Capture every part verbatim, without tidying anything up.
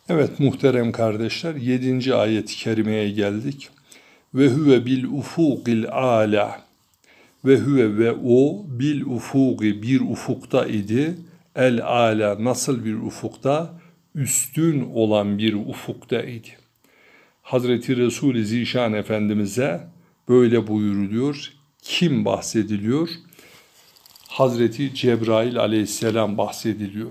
Evet muhterem kardeşler, yedinci ayet-i kerimeye geldik. Ve huve bil ufukil ala. Ve huve ve o bil ufuki bir ufukta idi. El ala nasıl bir ufukta? Üstün olan bir ufukta idi. Hazreti Resul-i Zişan Efendimiz'e böyle buyuruluyor. Kim bahsediliyor? Hazreti Cebrail aleyhisselam bahsediliyor.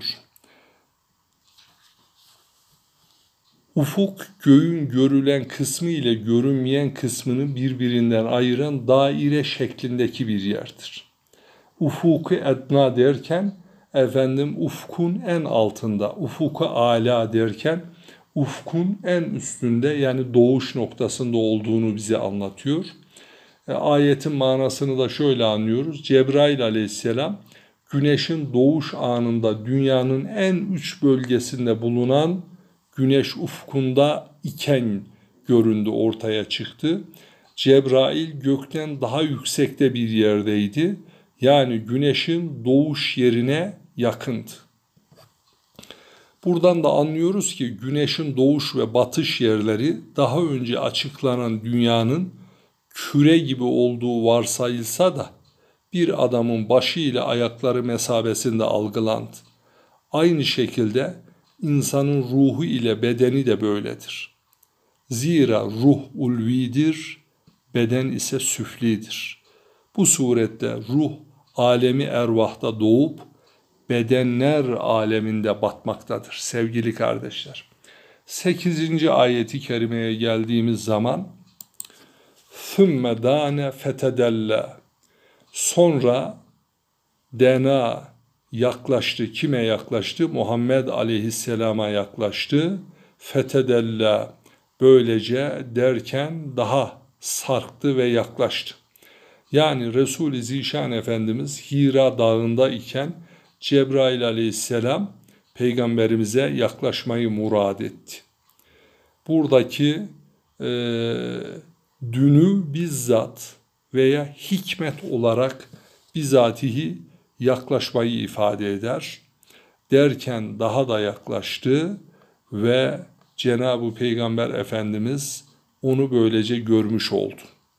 Ufuk, göğün görülen kısmı ile görünmeyen kısmını birbirinden ayıran daire şeklindeki bir yerdir. Ufuku edna derken, efendim ufkun en altında, ufuku ala derken, ufkun en üstünde yani doğuş noktasında olduğunu bize anlatıyor. E, ayetin manasını da şöyle anlıyoruz. Cebrail aleyhisselam, güneşin doğuş anında dünyanın en üç bölgesinde bulunan güneş ufkunda iken göründü, ortaya çıktı. Cebrail gökten daha yüksekte bir yerdeydi. Yani güneşin doğuş yerine yakındı. Buradan da anlıyoruz ki güneşin doğuş ve batış yerleri daha önce açıklanan dünyanın küre gibi olduğu varsayılsa da bir adamın başı ile ayakları mesabesinde algılandı. Aynı şekilde insanın ruhu ile bedeni de böyledir. Zira ruh ulvidir, beden ise süflidir. Bu surette ruh alemi ervahta doğup bedenler aleminde batmaktadır sevgili kardeşler. sekizinci ayeti kerimeye geldiğimiz zaman ثُمَّ دَانَ فَتَدَلَّى Sonra dena yaklaştı. Kime yaklaştı? Muhammed aleyhisselama yaklaştı. Fetedella böylece derken daha sarktı ve yaklaştı. Yani Resul-i Zişan Efendimiz Hira dağında iken Cebrail aleyhisselam peygamberimize yaklaşmayı murad etti. Buradaki e, dünü bizzat veya hikmet olarak bizatihi yaklaşmayı ifade eder. Derken daha da yaklaştı ve Cenab-ı Peygamber Efendimiz onu böylece görmüş oldu.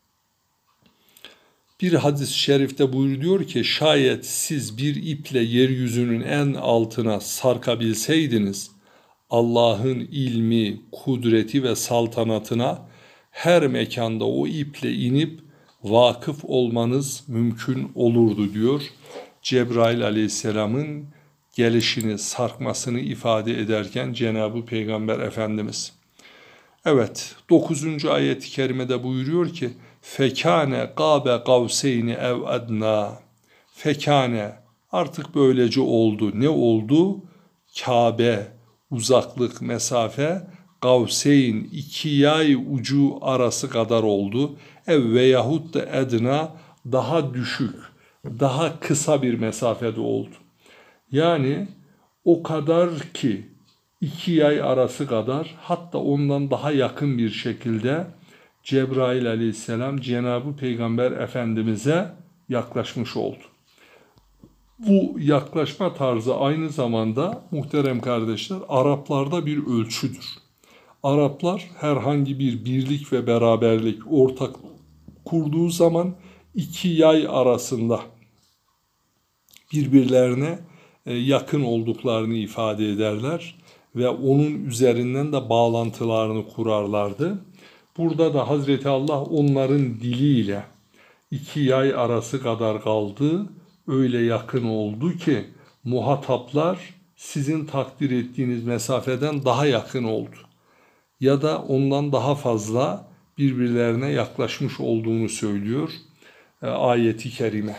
Bir hadis-i şerifte buyuruyor ki şayet siz bir iple yeryüzünün en altına sarkabilseydiniz Allah'ın ilmi, kudreti ve saltanatına her mekanda o iple inip vakıf olmanız mümkün olurdu diyor. Cebrail aleyhisselamın gelişini, sarkmasını ifade ederken Cenab-ı Peygamber Efendimiz. Evet, dokuzuncu ayet-i kerimede buyuruyor ki fekane qabe kavseyni ev adna. Fekane artık böylece oldu. Ne oldu? Kabe, uzaklık, mesafe, kavseyn iki yay ucu arası kadar oldu. Ev veyahut da edna daha düşük, daha kısa bir mesafede oldu. Yani o kadar ki iki yay arası kadar, hatta ondan daha yakın bir şekilde Cebrail aleyhisselam Cenab-ı Peygamber Efendimiz'e yaklaşmış oldu. Bu yaklaşma tarzı aynı zamanda muhterem kardeşler Araplarda bir ölçüdür. Araplar herhangi bir birlik ve beraberlik ortak kurduğu zaman iki yay arasında birbirlerine yakın olduklarını ifade ederler ve onun üzerinden de bağlantılarını kurarlardı. Burada da Hazreti Allah onların diliyle iki yay arası kadar kaldı, öyle yakın oldu ki muhataplar sizin takdir ettiğiniz mesafeden daha yakın oldu. Ya da ondan daha fazla birbirlerine yaklaşmış olduğunu söylüyor e, ayeti kerime.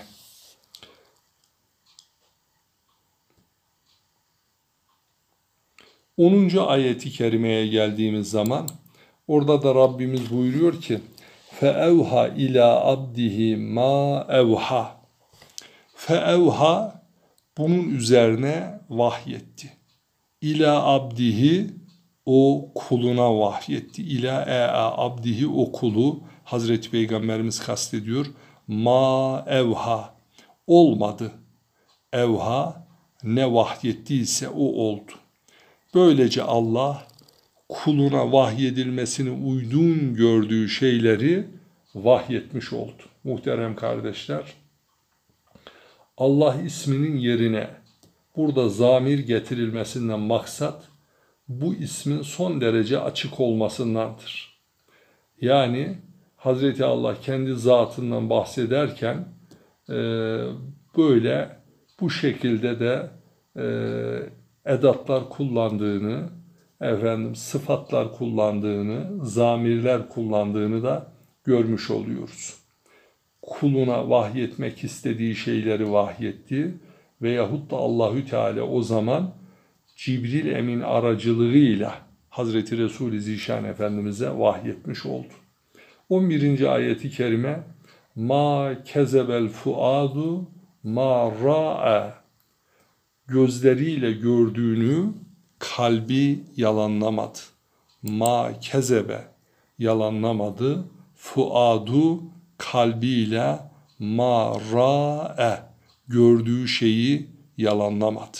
onuncu ayeti kerimeye geldiğimiz zaman orada da Rabbimiz buyuruyor ki فَاَوْهَا اِلَى عَبْدِهِ مَا اَوْهَا فَاَوْهَا bunun üzerine vahyetti. İlâ abdihi o kuluna vahyetti. İlâ e'a abdihi o kulu Hazreti Peygamberimiz kastediyor. Ma evha olmadı. Evha ne vahyettiyse o oldu. Böylece Allah kuluna vahyedilmesini uygun gördüğü şeyleri vahyetmiş oldu. Muhterem kardeşler, Allah isminin yerine burada zamir getirilmesinden maksat bu ismin son derece açık olmasındandır. Yani Hazreti Allah kendi zatından bahsederken e, böyle bu şekilde de e, edatlar kullandığını, efendim sıfatlar kullandığını, zamirler kullandığını da görmüş oluyoruz. Kuluna vahyetmek istediği şeyleri vahyetti veyahut da Allahü Teala o zaman Cibril Emin aracılığıyla Hazreti Resul-i Zişan Efendimiz'e vahyetmiş oldu. on birinci ayeti kerime ma kezebel fuadu ma ra'a, gözleriyle gördüğünü kalbi yalanlamadı. Ma kezebe, yalanlamadı. Fuadu, kalbiyle ma ra'e, gördüğü şeyi yalanlamadı.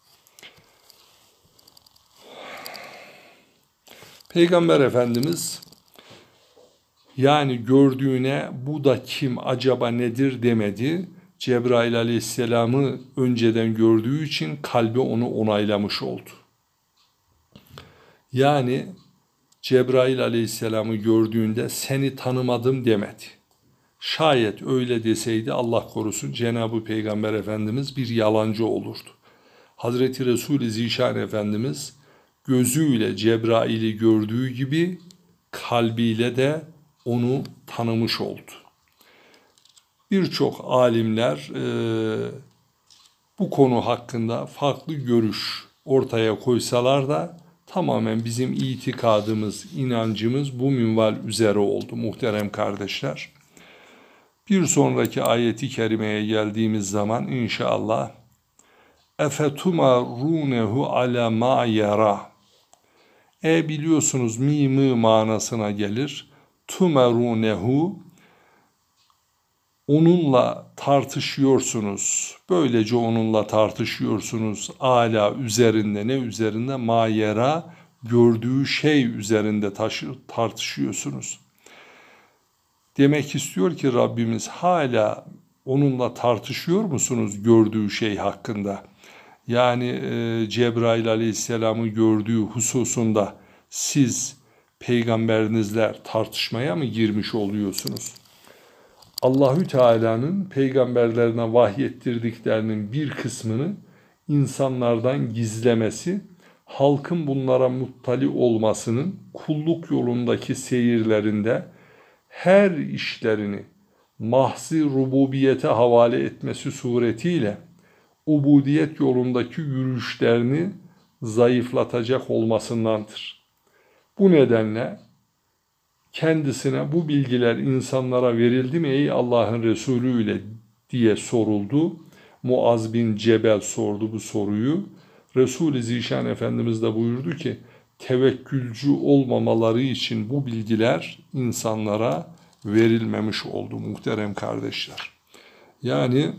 Peygamber Efendimiz yani gördüğüne bu da kim acaba nedir demedi. Cebrail Aleyhisselam'ı önceden gördüğü için kalbi onu onaylamış oldu. Yani Cebrail Aleyhisselam'ı gördüğünde seni tanımadım demedi. Şayet öyle deseydi Allah korusun Cenab-ı Peygamber Efendimiz bir yalancı olurdu. Hazreti Resul-i Zişan Efendimiz gözüyle Cebrail'i gördüğü gibi kalbiyle de onu tanımış oldu. Birçok alimler e, bu konu hakkında farklı görüş ortaya koysalar da tamamen bizim itikadımız, inancımız bu minval üzere oldu muhterem kardeşler. Bir sonraki ayeti kerimeye geldiğimiz zaman inşallah efetumarunehu ala ma yara. E biliyorsunuz mimı manasına gelir. Tumarunehu, onunla tartışıyorsunuz. Böylece onunla tartışıyorsunuz. Ala üzerinde, ne üzerinde? Mayera, gördüğü şey üzerinde taşı, tartışıyorsunuz. Demek istiyor ki Rabbimiz hala onunla tartışıyor musunuz gördüğü şey hakkında? Yani e, Cebrail Aleyhisselam'ı gördüğü hususunda siz peygamberinizle tartışmaya mı girmiş oluyorsunuz? Allahü Teala'nın peygamberlerine vahyettirdiklerinin bir kısmını insanlardan gizlemesi, halkın bunlara muttali olmasının kulluk yolundaki seyirlerinde her işlerini mahzi rububiyete havale etmesi suretiyle ubudiyet yolundaki yürüyüşlerini zayıflatacak olmasındandır. Bu nedenle kendisine bu bilgiler insanlara verildi mi ey Allah'ın Resulü ile diye soruldu. Muaz bin Cebel sordu bu soruyu. Resul-i Zişan Efendimiz de buyurdu ki tevekkülcü olmamaları için bu bilgiler insanlara verilmemiş oldu muhterem kardeşler. Yani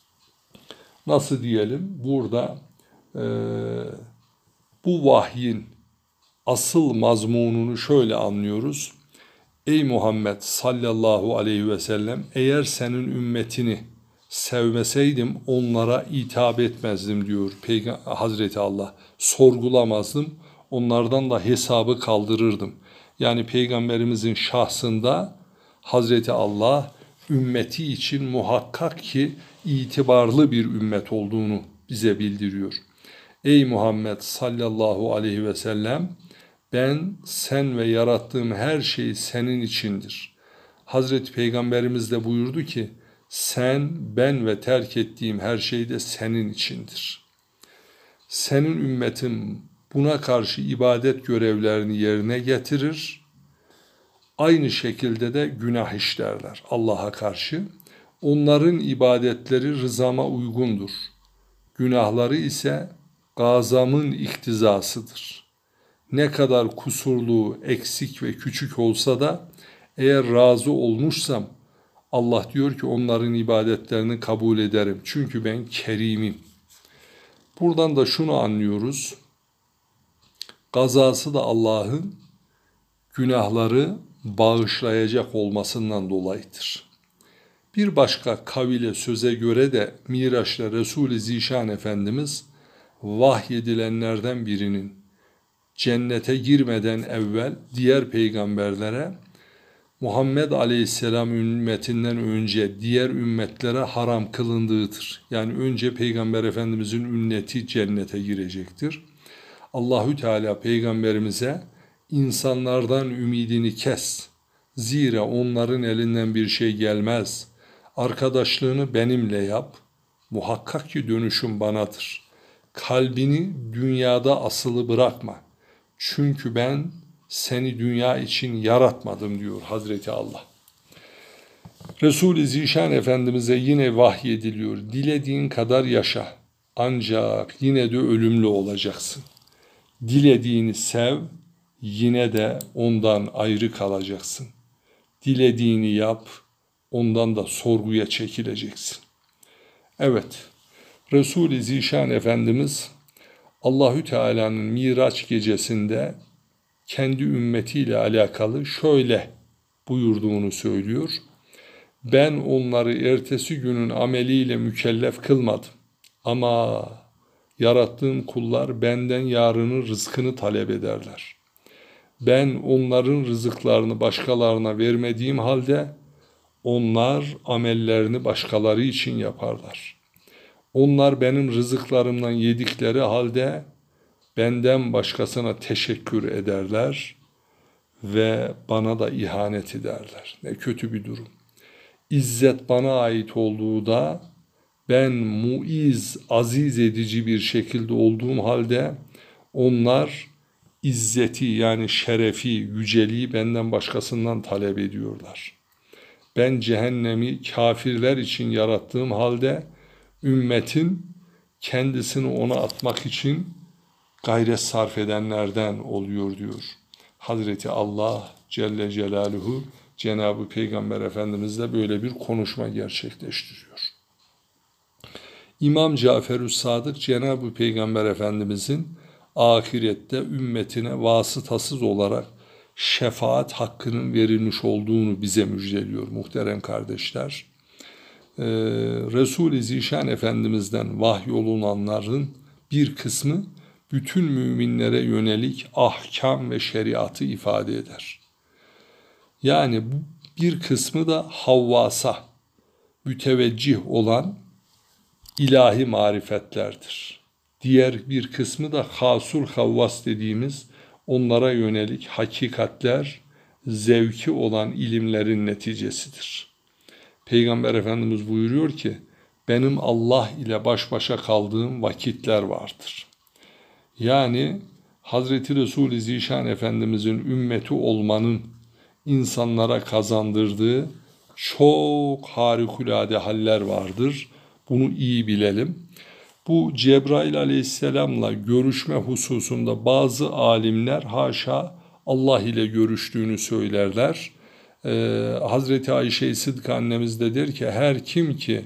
nasıl diyelim burada e, bu vahyin asıl mazmununu şöyle anlıyoruz. Ey Muhammed sallallahu aleyhi ve sellem, eğer senin ümmetini sevmeseydim onlara hitap etmezdim diyor Peygamber Hazreti Allah. Sorgulamazdım, onlardan da hesabı kaldırırdım. Yani Peygamberimizin şahsında Hazreti Allah ümmeti için muhakkak ki itibarlı bir ümmet olduğunu bize bildiriyor. Ey Muhammed sallallahu aleyhi ve sellem, ben, sen ve yarattığım her şey senin içindir. Hazreti Peygamberimiz de buyurdu ki, sen, ben ve terk ettiğim her şey de senin içindir. Senin ümmetin buna karşı ibadet görevlerini yerine getirir. Aynı şekilde de günah işlerler Allah'a karşı. Onların ibadetleri rızama uygundur. Günahları ise gazamın iktizasıdır. Ne kadar kusurlu, eksik ve küçük olsa da eğer razı olmuşsam Allah diyor ki onların ibadetlerini kabul ederim. Çünkü ben kerimim. Buradan da şunu anlıyoruz. Gazası da Allah'ın günahları bağışlayacak olmasından dolayıdır. Bir başka kavile söze göre de Miraç'ta Resul-i Zişan Efendimiz vahyedilenlerden birinin cennete girmeden evvel diğer peygamberlere Muhammed Aleyhisselam ümmetinden önce diğer ümmetlere haram kılındığıdır. Yani önce Peygamber Efendimizin ümmeti cennete girecektir. Allahü Teala peygamberimize insanlardan ümidini kes. Zira onların elinden bir şey gelmez. Arkadaşlığını benimle yap. Muhakkak ki dönüşüm banadır. Kalbini dünyada asılı bırakma. Çünkü ben seni dünya için yaratmadım diyor Hazreti Allah. Resul-i Zişan Efendimiz'e yine vahyediliyor. Dilediğin kadar yaşa. Ancak yine de ölümlü olacaksın. Dilediğini sev, yine de ondan ayrı kalacaksın. Dilediğini yap, ondan da sorguya çekileceksin. Evet, Resul-i Zişan Efendimiz Allahü Teala'nın Miraç gecesinde kendi ümmetiyle alakalı şöyle buyurduğunu söylüyor. Ben onları ertesi günün ameliyle mükellef kılmadım. Ama yarattığım kullar benden yarının rızkını talep ederler. Ben onların rızıklarını başkalarına vermediğim halde onlar amellerini başkaları için yaparlar. Onlar benim rızıklarımdan yedikleri halde benden başkasına teşekkür ederler ve bana da ihanet ederler. Ne kötü bir durum. İzzet bana ait olduğu da ben muiz, aziz edici bir şekilde olduğum halde onlar izzeti yani şerefi, yüceliği benden başkasından talep ediyorlar. Ben cehennemi kafirler için yarattığım halde ümmetin kendisini ona atmak için gayret sarf edenlerden oluyor diyor. Hazreti Allah Celle Celaluhu Cenab-ı Peygamber Efendimizle böyle bir konuşma gerçekleştiriyor. İmam Cafer-ü Sadık Cenab-ı Peygamber Efendimizin ahirette ümmetine vasıtasız olarak şefaat hakkının verilmiş olduğunu bize müjdeliyor muhterem kardeşler. Ee, Resul-i Zişan Efendimiz'den vahyolunanların bir kısmı bütün müminlere yönelik ahkam ve şeriatı ifade eder. Yani bir kısmı da Havvas'a müteveccih olan ilahi marifetlerdir. Diğer bir kısmı da Hasul Havvas dediğimiz onlara yönelik hakikatler, zevki olan ilimlerin neticesidir. Peygamber Efendimiz buyuruyor ki, benim Allah ile baş başa kaldığım vakitler vardır. Yani Hazreti Resul-i Zişan Efendimizin ümmeti olmanın insanlara kazandırdığı çok harikulade haller vardır. Bunu iyi bilelim. Bu Cebrail Aleyhisselam'la görüşme hususunda bazı alimler haşa Allah ile görüştüğünü söylerler. Ee, Hazreti Ayşe-i Sıdkı annemiz de der ki her kim ki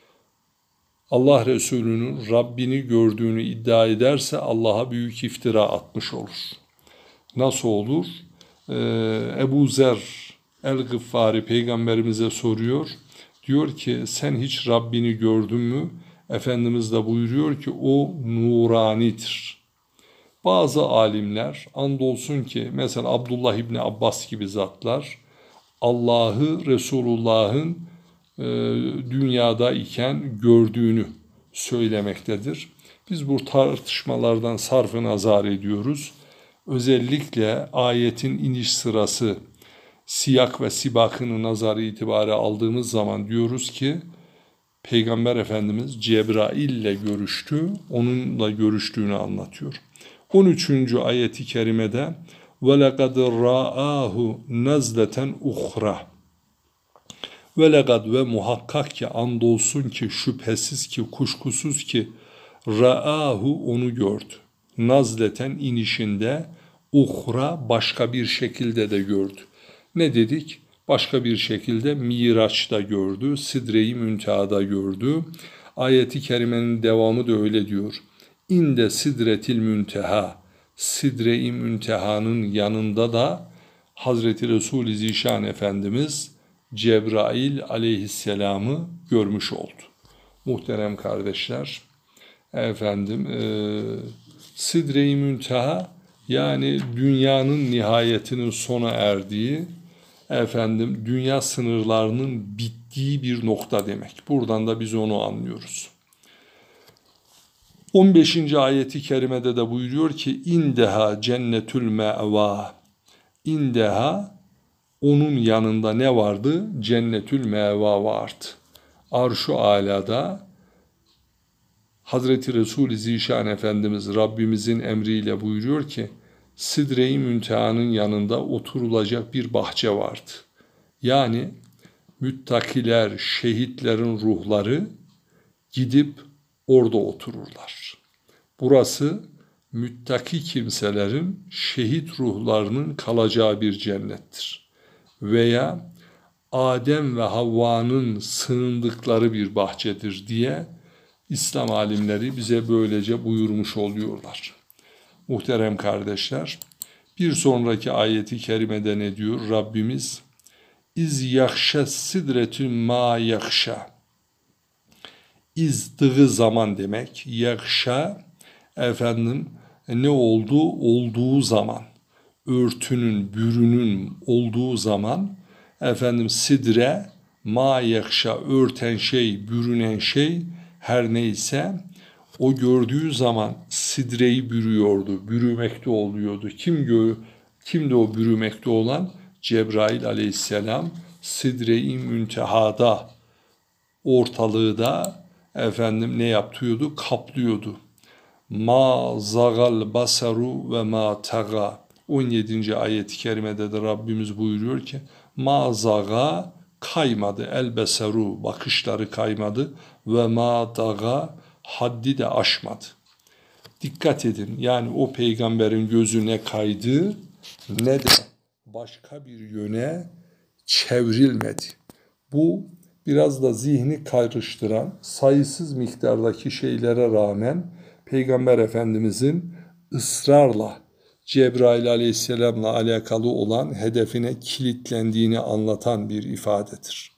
Allah Resulü'nün Rabbini gördüğünü iddia ederse Allah'a büyük iftira atmış olur. Nasıl olur? Ee, Ebu Zer el-Gıffari peygamberimize soruyor. Diyor ki sen hiç Rabbini gördün mü? Efendimiz de buyuruyor ki o nuranidir. Bazı alimler andolsun ki mesela Abdullah İbni Abbas gibi zatlar Allah'ı Resulullah'ın e, dünyada iken gördüğünü söylemektedir. Biz bu tartışmalardan sarf-ı nazar ediyoruz. Özellikle ayetin iniş sırası siyak ve sibakını nazarı itibara aldığımız zaman diyoruz ki Peygamber Efendimiz Cebrail ile görüştü, onunla görüştüğünü anlatıyor. on üçüncü ayeti kerimede وَلَقَدْ رَآهُ نَزْلَةً اُخْرَى Velegad ve muhakkak ki andolsun ki şüphesiz ki kuşkusuz ki ra'ahu onu gördü. Nazleten inişinde uhra başka bir şekilde de gördü. Ne dedik? Başka bir şekilde Miraç'ta gördü, Sidre-i Münteha'da gördü. Ayeti kerimenin devamı da öyle diyor. İnde sidretil münteha, Sidre-i Münteha'nın yanında da Hazreti Resul-i Zişan Efendimiz Cebrail aleyhisselamı görmüş oldu. Muhterem kardeşler, efendim e, Sidre-i Münteha yani dünyanın nihayetinin sona erdiği, efendim dünya sınırlarının bittiği bir nokta demek. Buradan da biz onu anlıyoruz. on beşinci ayeti kerimede de buyuruyor ki indeha cennetül me'va. İndeha, onun yanında ne vardı? Cennetül me'va vardı. Arş-ı alada Hazreti Resul-i Zişan Efendimiz Rabbimizin emriyle buyuruyor ki Sidre-i Münteha'nın yanında oturulacak bir bahçe vardı. Yani müttakiler, şehitlerin ruhları gidip orada otururlar. Burası müttaki kimselerin şehit ruhlarının kalacağı bir cennettir. Veya Adem ve Havva'nın sığındıkları bir bahçedir diye İslam alimleri bize böylece buyurmuş oluyorlar. Muhterem kardeşler, bir sonraki ayeti kerimede ne diyor Rabbimiz? İz yakşa sidretün ma yakşa. İzdığı zaman demek. Yakşa, efendim ne oldu? Olduğu zaman. Örtünün, bürünün olduğu zaman, efendim sidre, ma yakşa, örten şey, bürünen şey, her neyse o gördüğü zaman sidreyi bürüyordu, bürümekte oluyordu. Kim gö kimdi o bürümekte olan? Cebrail aleyhisselam Sidre-i Münteha'da, ortalığı da efendim ne yapıyordu? Kaplıyordu. Ma zagal basaru ve ma taga. on yedinci ayet-i kerimede de Rabbimiz buyuruyor ki ma zaga, kaymadı, el besaru, bakışları kaymadı ve ma daga, haddi de aşmadı. Dikkat edin, yani o peygamberin gözü ne kaydı ne de başka bir yöne çevrilmedi. Bu biraz da zihni karıştıran, sayısız miktardaki şeylere rağmen Peygamber Efendimizin ısrarla Cebrail aleyhisselamla alakalı olan hedefine kilitlendiğini anlatan bir ifadedir.